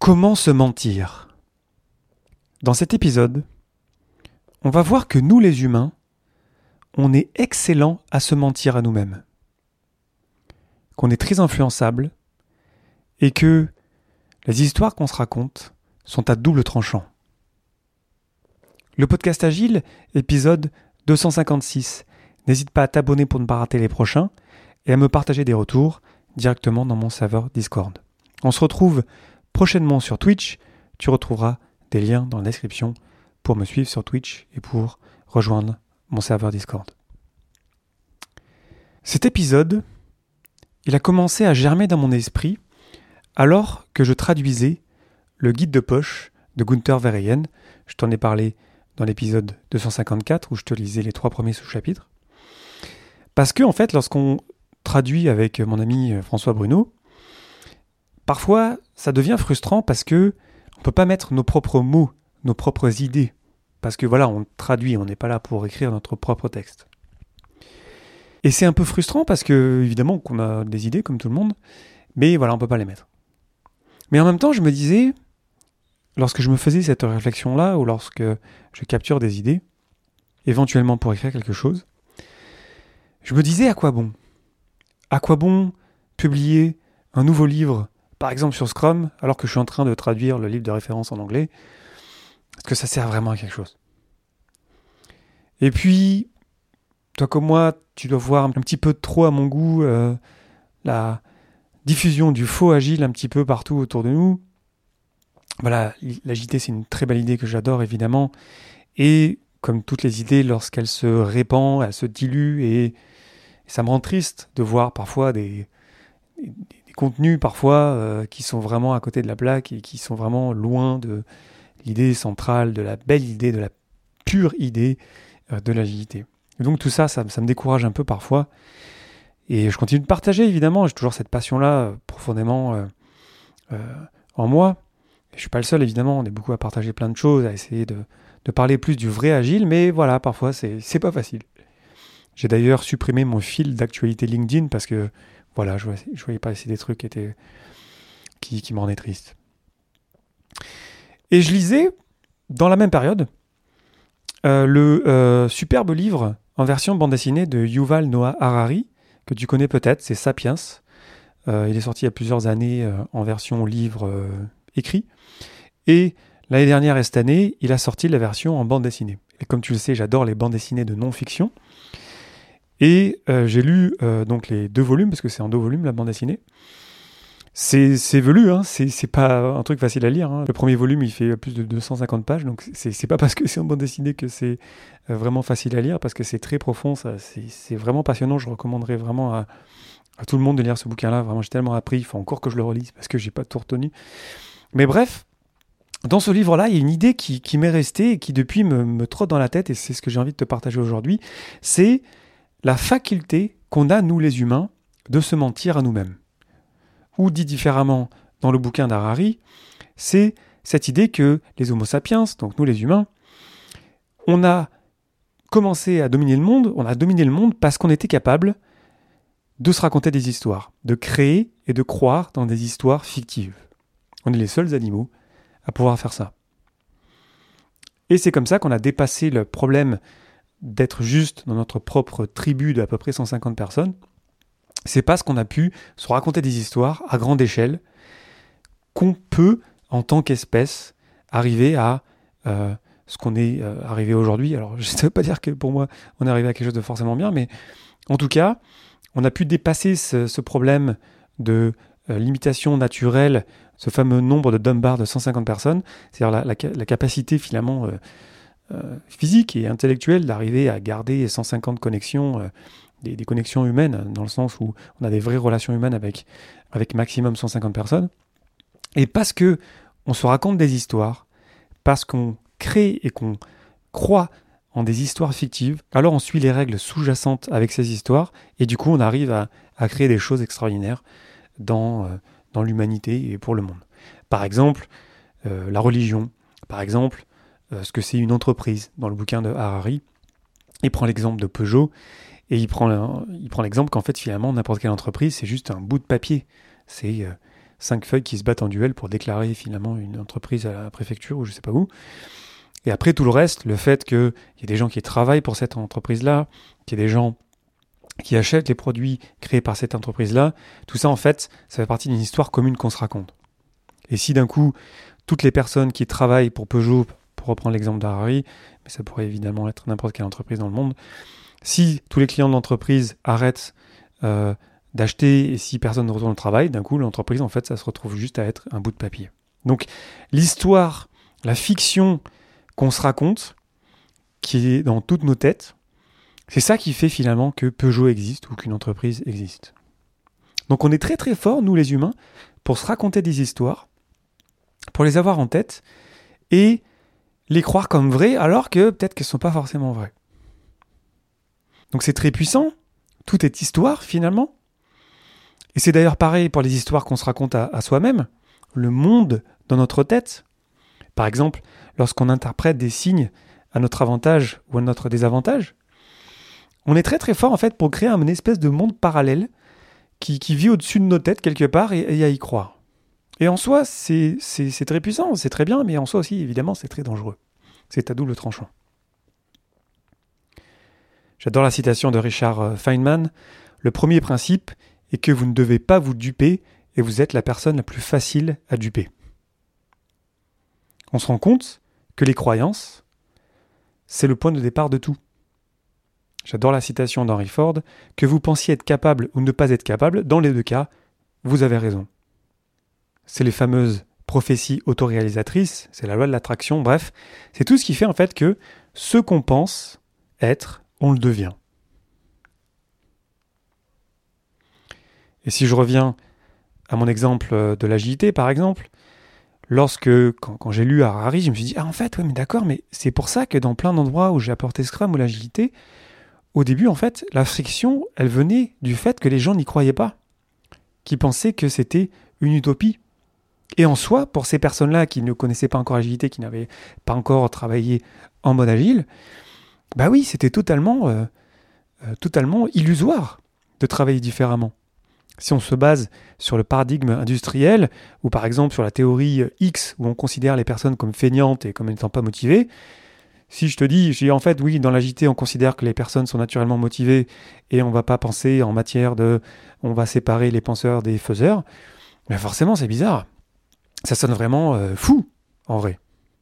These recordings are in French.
Comment se mentir ? Dans cet épisode, on va voir que nous les humains, on est excellents à se mentir à nous-mêmes. Qu'on est très influençable et que les histoires qu'on se raconte sont à double tranchant. Le podcast Agile, épisode 256. N'hésite pas à t'abonner pour ne pas rater les prochains et à me partager des retours directement dans mon serveur Discord. On se retrouve prochainement sur Twitch. Tu retrouveras des liens dans la description pour me suivre sur Twitch et pour rejoindre mon serveur Discord. Cet épisode, il a commencé à germer dans mon esprit alors que je traduisais le guide de poche de Gunther Verheyen. Je t'en ai parlé dans l'épisode 254 où je te lisais les 3 premiers sous-chapitres. Parce que, en fait, lorsqu'on traduit avec mon ami François Bruno, parfois ça devient frustrant parce que on ne peut pas mettre nos propres mots, nos propres idées. Parce que voilà, on traduit, on n'est pas là pour écrire notre propre texte. Et c'est un peu frustrant parce que, évidemment, qu'on a des idées comme tout le monde, mais voilà, on ne peut pas les mettre. Mais en même temps, je me disais, lorsque je me faisais cette réflexion-là, ou lorsque je capture des idées, éventuellement pour écrire quelque chose, je me disais à quoi bon ? À quoi bon publier un nouveau livre, par exemple sur Scrum, alors que je suis en train de traduire le livre de référence en anglais ? Est-ce que ça sert vraiment à quelque chose ? Et puis, toi comme moi, tu dois voir un petit peu trop à mon goût la diffusion du faux agile un petit peu partout autour de nous. Voilà, l'agilité, c'est une très belle idée que j'adore, évidemment. Et comme toutes les idées, lorsqu'elles se répandent, elles se diluent. Et ça me rend triste de voir parfois des contenus parfois qui sont vraiment à côté de la plaque et qui sont vraiment loin de l'idée centrale, de la belle idée, de la pure idée de l'agilité. Et donc tout ça me décourage un peu parfois. Et je continue de partager, évidemment. J'ai toujours cette passion-là profondément en moi. Et je ne suis pas le seul, évidemment. On est beaucoup à partager plein de choses, à essayer de parler plus du vrai agile. Mais voilà, parfois, c'est pas facile. J'ai d'ailleurs supprimé mon fil d'actualité LinkedIn parce que voilà, je voyais pas essayer des trucs qui me rendaient triste. Et je lisais, dans la même période, le superbe livre en version bande dessinée de Yuval Noah Harari, que tu connais peut-être, c'est Sapiens. Il est sorti il y a plusieurs années en version livre écrit. Et l'année dernière et cette année, il a sorti la version en bande dessinée. Et comme tu le sais, j'adore les bandes dessinées de non-fiction. Et j'ai lu donc les 2 volumes, parce que c'est en 2 volumes la bande dessinée. C'est velu, hein, c'est pas un truc facile à lire. Hein. Le premier volume, il fait plus de 250 pages, donc c'est pas parce que c'est en bande dessinée que c'est vraiment facile à lire, parce que c'est très profond, c'est vraiment passionnant. Je recommanderais vraiment à tout le monde de lire ce bouquin-là. Vraiment, j'ai tellement appris, il faut encore que je le relise, parce que j'ai pas tout retenu. Mais bref, dans ce livre-là, il y a une idée qui m'est restée et qui depuis me trotte dans la tête, et c'est ce que j'ai envie de te partager aujourd'hui, c'est la faculté qu'on a, nous les humains, de se mentir à nous-mêmes. Ou dit différemment dans le bouquin d'Harari, c'est cette idée que les Homo sapiens, donc nous les humains, on a commencé à dominer le monde, on a dominé le monde parce qu'on était capable de se raconter des histoires, de créer et de croire dans des histoires fictives. On est les seuls animaux à pouvoir faire ça. Et c'est comme ça qu'on a dépassé le problème d'être juste dans notre propre tribu d'à peu près 150 personnes. C'est parce qu'on a pu se raconter des histoires à grande échelle qu'on peut, en tant qu'espèce, arriver à ce qu'on est arrivé aujourd'hui. Alors, ça ne veut pas dire que pour moi, on est arrivé à quelque chose de forcément bien, mais en tout cas, on a pu dépasser ce problème de limitation naturelle, ce fameux nombre de Dunbar de 150 personnes, c'est-à-dire la capacité finalement physique et intellectuelle d'arriver à garder 150 connexions, des connexions humaines, dans le sens où on a des vraies relations humaines avec maximum 150 personnes. Et parce que on se raconte des histoires, parce qu'on crée et qu'on croit en des histoires fictives, alors on suit les règles sous-jacentes avec ces histoires, et du coup on arrive à créer des choses extraordinaires dans l'humanité et pour le monde. Par exemple, la religion, par exemple, ce que c'est une entreprise. Dans le bouquin de Harari, il prend l'exemple de Peugeot, et il prend l'exemple qu'en fait finalement n'importe quelle entreprise c'est juste un bout de papier, c'est 5 feuilles qui se battent en duel pour déclarer finalement une entreprise à la préfecture ou je sais pas où. Et après tout le reste, le fait qu'il y ait des gens qui travaillent pour cette entreprise-là, qu'il y ait des gens qui achètent les produits créés par cette entreprise-là, tout ça en fait, ça fait partie d'une histoire commune qu'on se raconte. Et si d'un coup, toutes les personnes qui travaillent pour Peugeot, pour reprendre l'exemple d'Harari, mais ça pourrait évidemment être n'importe quelle entreprise dans le monde, si tous les clients de l'entreprise arrêtent d'acheter et si personne ne retourne au travail, d'un coup, l'entreprise, en fait, ça se retrouve juste à être un bout de papier. Donc, l'histoire, la fiction qu'on se raconte, qui est dans toutes nos têtes, c'est ça qui fait finalement que Peugeot existe ou qu'une entreprise existe. Donc, on est très très forts, nous les humains, pour se raconter des histoires, pour les avoir en tête et les croire comme vraies, alors que peut-être qu'elles ne sont pas forcément vraies. Donc c'est très puissant, tout est histoire finalement. Et c'est d'ailleurs pareil pour les histoires qu'on se raconte à soi-même, le monde dans notre tête. Par exemple, lorsqu'on interprète des signes à notre avantage ou à notre désavantage, on est très très fort en fait pour créer une espèce de monde parallèle qui vit au-dessus de nos têtes quelque part et à y croire. Et en soi, c'est très puissant, c'est très bien, mais en soi aussi, évidemment, c'est très dangereux. C'est à double tranchant. J'adore la citation de Richard Feynman. Le premier principe est que vous ne devez pas vous duper et vous êtes la personne la plus facile à duper. On se rend compte que les croyances, c'est le point de départ de tout. J'adore la citation d'Henry Ford. Que vous pensiez être capable ou ne pas être capable, dans les deux cas, vous avez raison. C'est les fameuses prophéties autoréalisatrices, c'est la loi de l'attraction, bref, c'est tout ce qui fait en fait que ce qu'on pense être, on le devient. Et si je reviens à mon exemple de l'agilité, par exemple, quand j'ai lu Harari, je me suis dit, en fait, ouais, mais d'accord, mais c'est pour ça que dans plein d'endroits où j'ai apporté Scrum ou l'agilité, au début, en fait, la friction, elle venait du fait que les gens n'y croyaient pas, qui pensaient que c'était une utopie. Et en soi, pour ces personnes-là qui ne connaissaient pas encore l'agilité, qui n'avaient pas encore travaillé en mode agile, bah oui, c'était totalement illusoire de travailler différemment. Si on se base sur le paradigme industriel, ou par exemple sur la théorie X, où on considère les personnes comme feignantes et comme n'étant pas motivées, si je dis en fait, oui, dans l'agilité, on considère que les personnes sont naturellement motivées et on ne va pas penser en matière on va séparer les penseurs des faiseurs, mais forcément, c'est bizarre. Ça sonne vraiment fou, en vrai.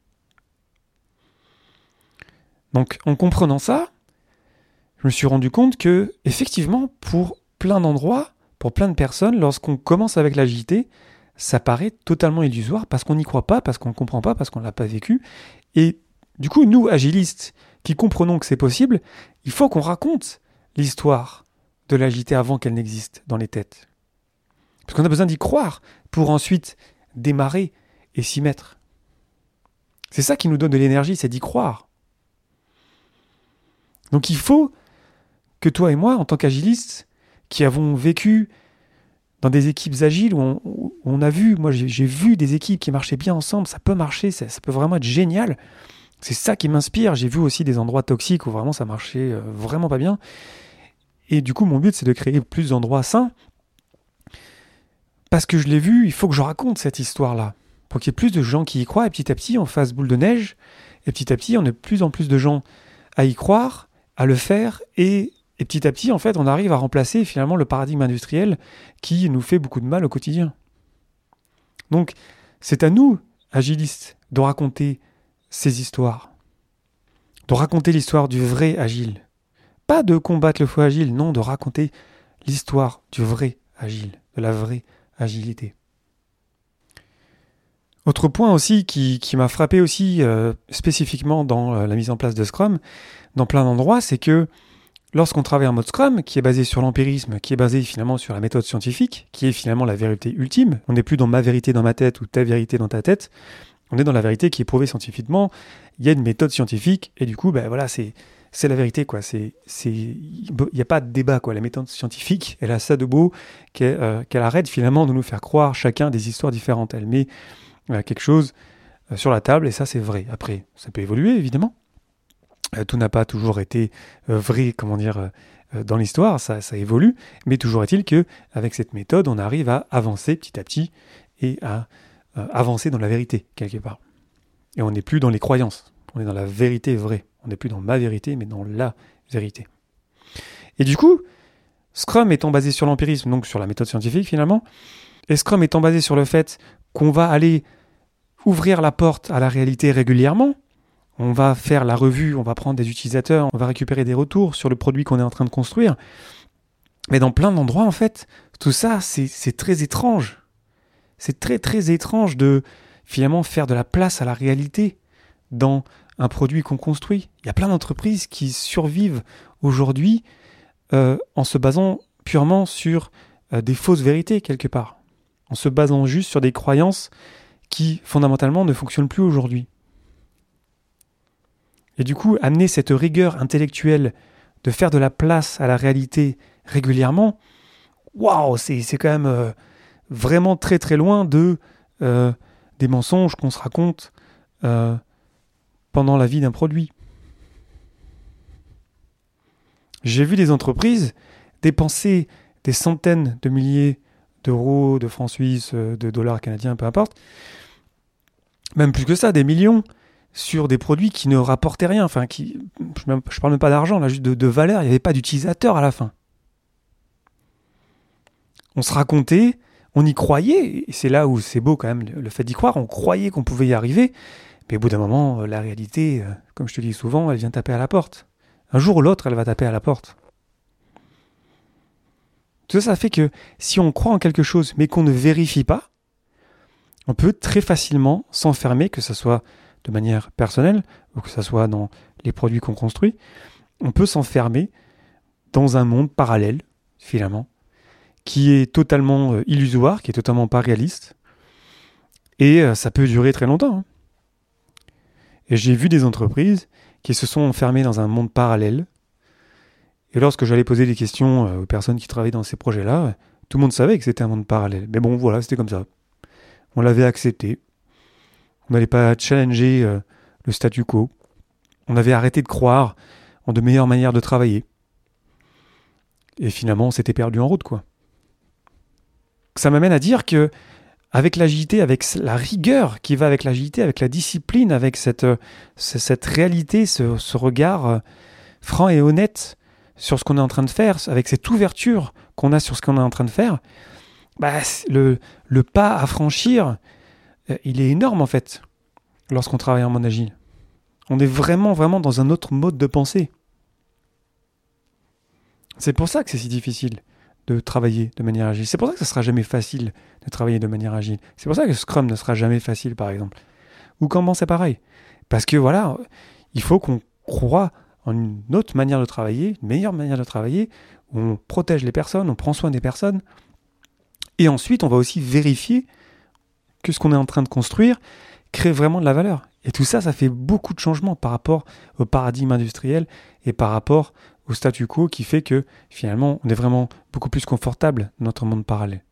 Donc, en comprenant ça, je me suis rendu compte que, effectivement, pour plein d'endroits, pour plein de personnes, lorsqu'on commence avec l'agilité, ça paraît totalement illusoire parce qu'on n'y croit pas, parce qu'on ne comprend pas, parce qu'on ne l'a pas vécu. Et du coup, nous, agilistes, qui comprenons que c'est possible, il faut qu'on raconte l'histoire de l'agilité avant qu'elle n'existe dans les têtes. Parce qu'on a besoin d'y croire pour ensuite démarrer et s'y mettre. C'est ça qui nous donne de l'énergie, c'est d'y croire. Donc il faut que toi et moi, en tant qu'agilistes, qui avons vécu dans des équipes agiles où on a vu, moi j'ai vu des équipes qui marchaient bien ensemble, ça peut marcher, ça peut vraiment être génial. C'est ça qui m'inspire. J'ai vu aussi des endroits toxiques où vraiment ça marchait vraiment pas bien. Et du coup, mon but, c'est de créer plus d'endroits sains. Parce que je l'ai vu, il faut que je raconte cette histoire-là. Pour qu'il y ait plus de gens qui y croient, et petit à petit, on fasse boule de neige. Et petit à petit, on a de plus en plus de gens à y croire, à le faire. Et petit à petit, en fait, on arrive à remplacer finalement le paradigme industriel qui nous fait beaucoup de mal au quotidien. Donc, c'est à nous, agilistes, de raconter ces histoires. De raconter l'histoire du vrai agile. Pas de combattre le faux agile, non, de raconter l'histoire du vrai agile, de la vraie agilité. Autre point aussi qui m'a frappé aussi spécifiquement dans la mise en place de Scrum, dans plein d'endroits, c'est que lorsqu'on travaille en mode Scrum, qui est basé sur l'empirisme, qui est basé finalement sur la méthode scientifique, qui est finalement la vérité ultime, on n'est plus dans ma vérité dans ma tête ou ta vérité dans ta tête, on est dans la vérité qui est prouvée scientifiquement, il y a une méthode scientifique, et du coup, voilà, c'est la vérité, quoi. Il n'y a pas de débat, quoi. La méthode scientifique, elle a ça de beau qu'elle arrête finalement de nous faire croire chacun des histoires différentes. Elle met quelque chose sur la table, et ça, c'est vrai. Après, ça peut évoluer, évidemment. Tout n'a pas toujours été vrai, dans l'histoire, ça évolue, mais toujours est-il qu'avec cette méthode, on arrive à avancer petit à petit et à avancer dans la vérité, quelque part. Et on n'est plus dans les croyances, on est dans la vérité vraie. On n'est plus dans ma vérité, mais dans la vérité. Et du coup, Scrum étant basé sur l'empirisme, donc sur la méthode scientifique finalement, et Scrum étant basé sur le fait qu'on va aller ouvrir la porte à la réalité régulièrement, on va faire la revue, on va prendre des utilisateurs, on va récupérer des retours sur le produit qu'on est en train de construire. Mais dans plein d'endroits, en fait, tout ça, c'est très étrange. C'est très, très étrange de finalement faire de la place à la réalité dans un produit qu'on construit. Il y a plein d'entreprises qui survivent aujourd'hui en se basant purement sur des fausses vérités, quelque part. En se basant juste sur des croyances qui, fondamentalement, ne fonctionnent plus aujourd'hui. Et du coup, amener cette rigueur intellectuelle de faire de la place à la réalité régulièrement, waouh, c'est quand même vraiment très très loin des mensonges qu'on se raconte pendant la vie d'un produit. J'ai vu des entreprises dépenser des centaines de milliers d'euros, de francs suisses, de dollars canadiens, peu importe, même plus que ça, des millions, sur des produits qui ne rapportaient rien. Enfin, je parle même pas d'argent, là, juste de valeur. Il n'y avait pas d'utilisateur à la fin. On se racontait, on y croyait, et c'est là où c'est beau quand même le fait d'y croire. On croyait qu'on pouvait y arriver, mais au bout d'un moment, la réalité, comme je te dis souvent, elle vient taper à la porte. Un jour ou l'autre, elle va taper à la porte. Tout ça, ça fait que si on croit en quelque chose, mais qu'on ne vérifie pas, on peut très facilement s'enfermer, que ce soit de manière personnelle, ou que ce soit dans les produits qu'on construit, on peut s'enfermer dans un monde parallèle, finalement, qui est totalement illusoire, qui est totalement pas réaliste, et ça peut durer très longtemps. Hein. Et j'ai vu des entreprises qui se sont enfermées dans un monde parallèle, et lorsque j'allais poser des questions aux personnes qui travaillaient dans ces projets-là, tout le monde savait que c'était un monde parallèle. Mais bon, voilà, c'était comme ça. On l'avait accepté. On n'allait pas challenger le statu quo. On avait arrêté de croire en de meilleures manières de travailler. Et finalement, on s'était perdu en route, quoi. Ça m'amène à dire que avec l'agilité, avec la rigueur qui va avec l'agilité, avec la discipline, avec cette réalité, ce regard franc et honnête sur ce qu'on est en train de faire, avec cette ouverture qu'on a sur ce qu'on est en train de faire, bah, le pas à franchir, il est énorme en fait, lorsqu'on travaille en mode agile. On est vraiment, vraiment dans un autre mode de pensée. C'est pour ça que c'est si difficile de travailler de manière agile. C'est pour ça que ça ne sera jamais facile de travailler de manière agile. C'est pour ça que Scrum ne sera jamais facile, par exemple. Ou Kanban, c'est pareil. Parce que voilà, il faut qu'on croie en une autre manière de travailler, une meilleure manière de travailler, où on protège les personnes, on prend soin des personnes. Et ensuite, on va aussi vérifier que ce qu'on est en train de construire crée vraiment de la valeur. Et tout ça, ça fait beaucoup de changements par rapport au paradigme industriel et par rapport au statu quo qui fait que finalement, on est vraiment beaucoup plus confortable dans notre monde parallèle.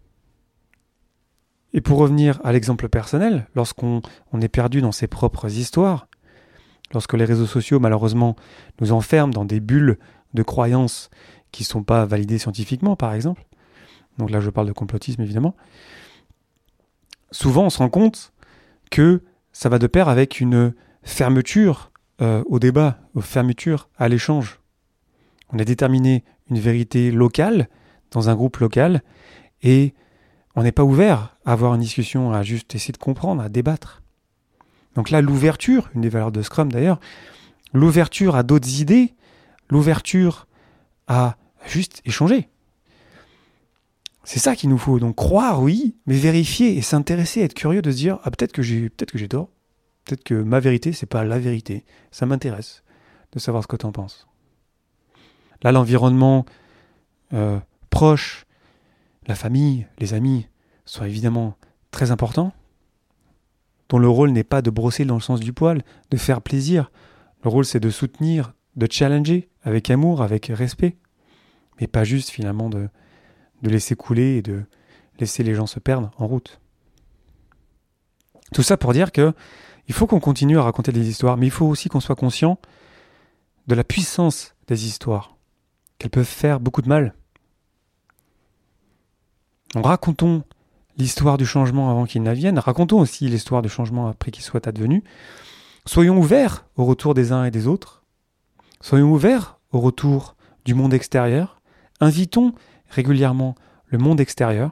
Et pour revenir à l'exemple personnel, lorsqu'on est perdu dans ses propres histoires, lorsque les réseaux sociaux, malheureusement, nous enferment dans des bulles de croyances qui ne sont pas validées scientifiquement, par exemple, donc là je parle de complotisme évidemment, souvent on se rend compte que ça va de pair avec une fermeture au débat, une fermeture à l'échange. On a déterminé une vérité locale, dans un groupe local, et on n'est pas ouvert à avoir une discussion, à juste essayer de comprendre, à débattre. Donc là, l'ouverture, une des valeurs de Scrum d'ailleurs, l'ouverture à d'autres idées, l'ouverture à juste échanger. C'est ça qu'il nous faut. Donc croire, oui, mais vérifier et s'intéresser, être curieux de se dire « Ah, peut-être que j'ai tort. Peut-être que ma vérité, c'est pas la vérité. Ça m'intéresse de savoir ce que tu en penses. » Là, l'environnement proche, la famille, les amis sont évidemment très importants, dont le rôle n'est pas de brosser dans le sens du poil, de faire plaisir. Le rôle, c'est de soutenir, de challenger avec amour, avec respect, mais pas juste finalement de laisser couler et de laisser les gens se perdre en route. Tout ça pour dire que il faut qu'on continue à raconter des histoires, mais il faut aussi qu'on soit conscient de la puissance des histoires, qu'elles peuvent faire beaucoup de mal. Donc racontons l'histoire du changement avant qu'il n'advienne. Racontons aussi l'histoire du changement après qu'il soit advenu. Soyons ouverts au retour des uns et des autres. Soyons ouverts au retour du monde extérieur. Invitons régulièrement le monde extérieur.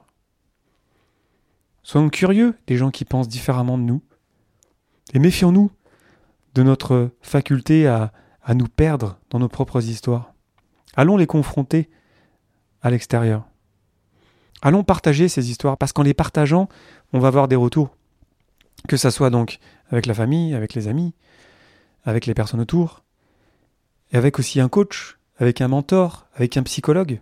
Soyons curieux des gens qui pensent différemment de nous. Et méfions-nous de notre faculté à nous perdre dans nos propres histoires. Allons les confronter à l'extérieur. Allons partager ces histoires, parce qu'en les partageant, on va avoir des retours. Que ça soit donc avec la famille, avec les amis, avec les personnes autour, et avec aussi un coach, avec un mentor, avec un psychologue.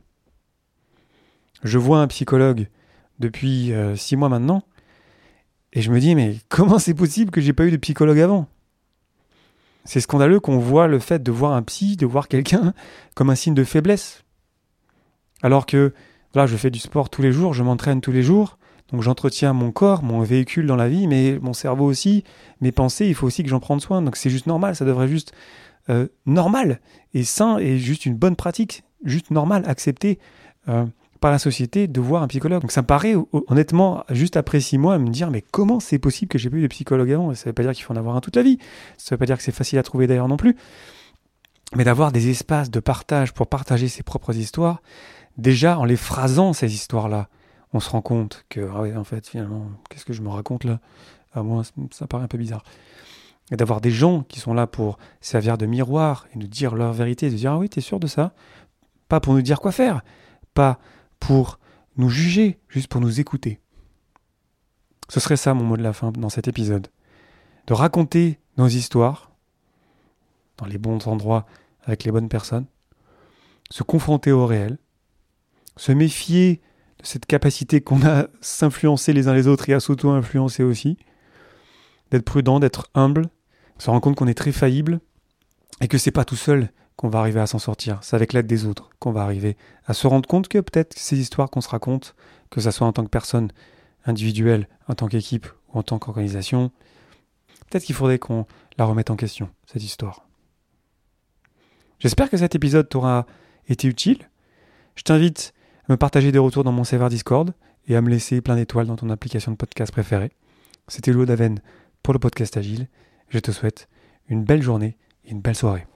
Je vois un psychologue depuis 6 mois maintenant, et je me dis, mais comment c'est possible que j'ai pas eu de psychologue avant ? C'est scandaleux qu'on voit le fait de voir un psy, de voir quelqu'un comme un signe de faiblesse. Alors que, là, je fais du sport tous les jours, je m'entraîne tous les jours, donc j'entretiens mon corps, mon véhicule dans la vie, mais mon cerveau aussi, mes pensées, il faut aussi que j'en prenne soin. Donc c'est juste normal, ça devrait juste normal et sain et juste une bonne pratique, juste normal, accepté par la société de voir un psychologue. Donc ça me paraît honnêtement, juste après 6 mois, me dire mais comment c'est possible que j'ai pas eu de psychologue avant ? Ça veut pas dire qu'il faut en avoir un toute la vie, ça veut pas dire que c'est facile à trouver d'ailleurs non plus, mais d'avoir des espaces de partage pour partager ses propres histoires, déjà en les phrasant ces histoires-là, on se rend compte que, ah ouais, en fait, finalement, qu'est-ce que je me raconte là ? À moi, ça paraît un peu bizarre. Et d'avoir des gens qui sont là pour servir de miroir et nous dire leur vérité, de dire, ah oui, t'es sûr de ça ? Pas pour nous dire quoi faire, pas pour nous juger, juste pour nous écouter. Ce serait ça mon mot de la fin dans cet épisode. De raconter nos histoires dans les bons endroits avec les bonnes personnes, se confronter au réel, se méfier de cette capacité qu'on a à s'influencer les uns les autres et à s'auto-influencer aussi, d'être prudent, d'être humble, se rendre compte qu'on est très faillible et que c'est pas tout seul qu'on va arriver à s'en sortir, c'est avec l'aide des autres qu'on va arriver à se rendre compte que peut-être ces histoires qu'on se raconte, que ça soit en tant que personne individuelle, en tant qu'équipe ou en tant qu'organisation, peut-être qu'il faudrait qu'on la remette en question, cette histoire. J'espère que cet épisode t'aura été utile. Je t'invite à me partager des retours dans mon serveur Discord et à me laisser plein d'étoiles dans ton application de podcast préférée. C'était Louis Daven pour le podcast Agile. Je te souhaite une belle journée et une belle soirée.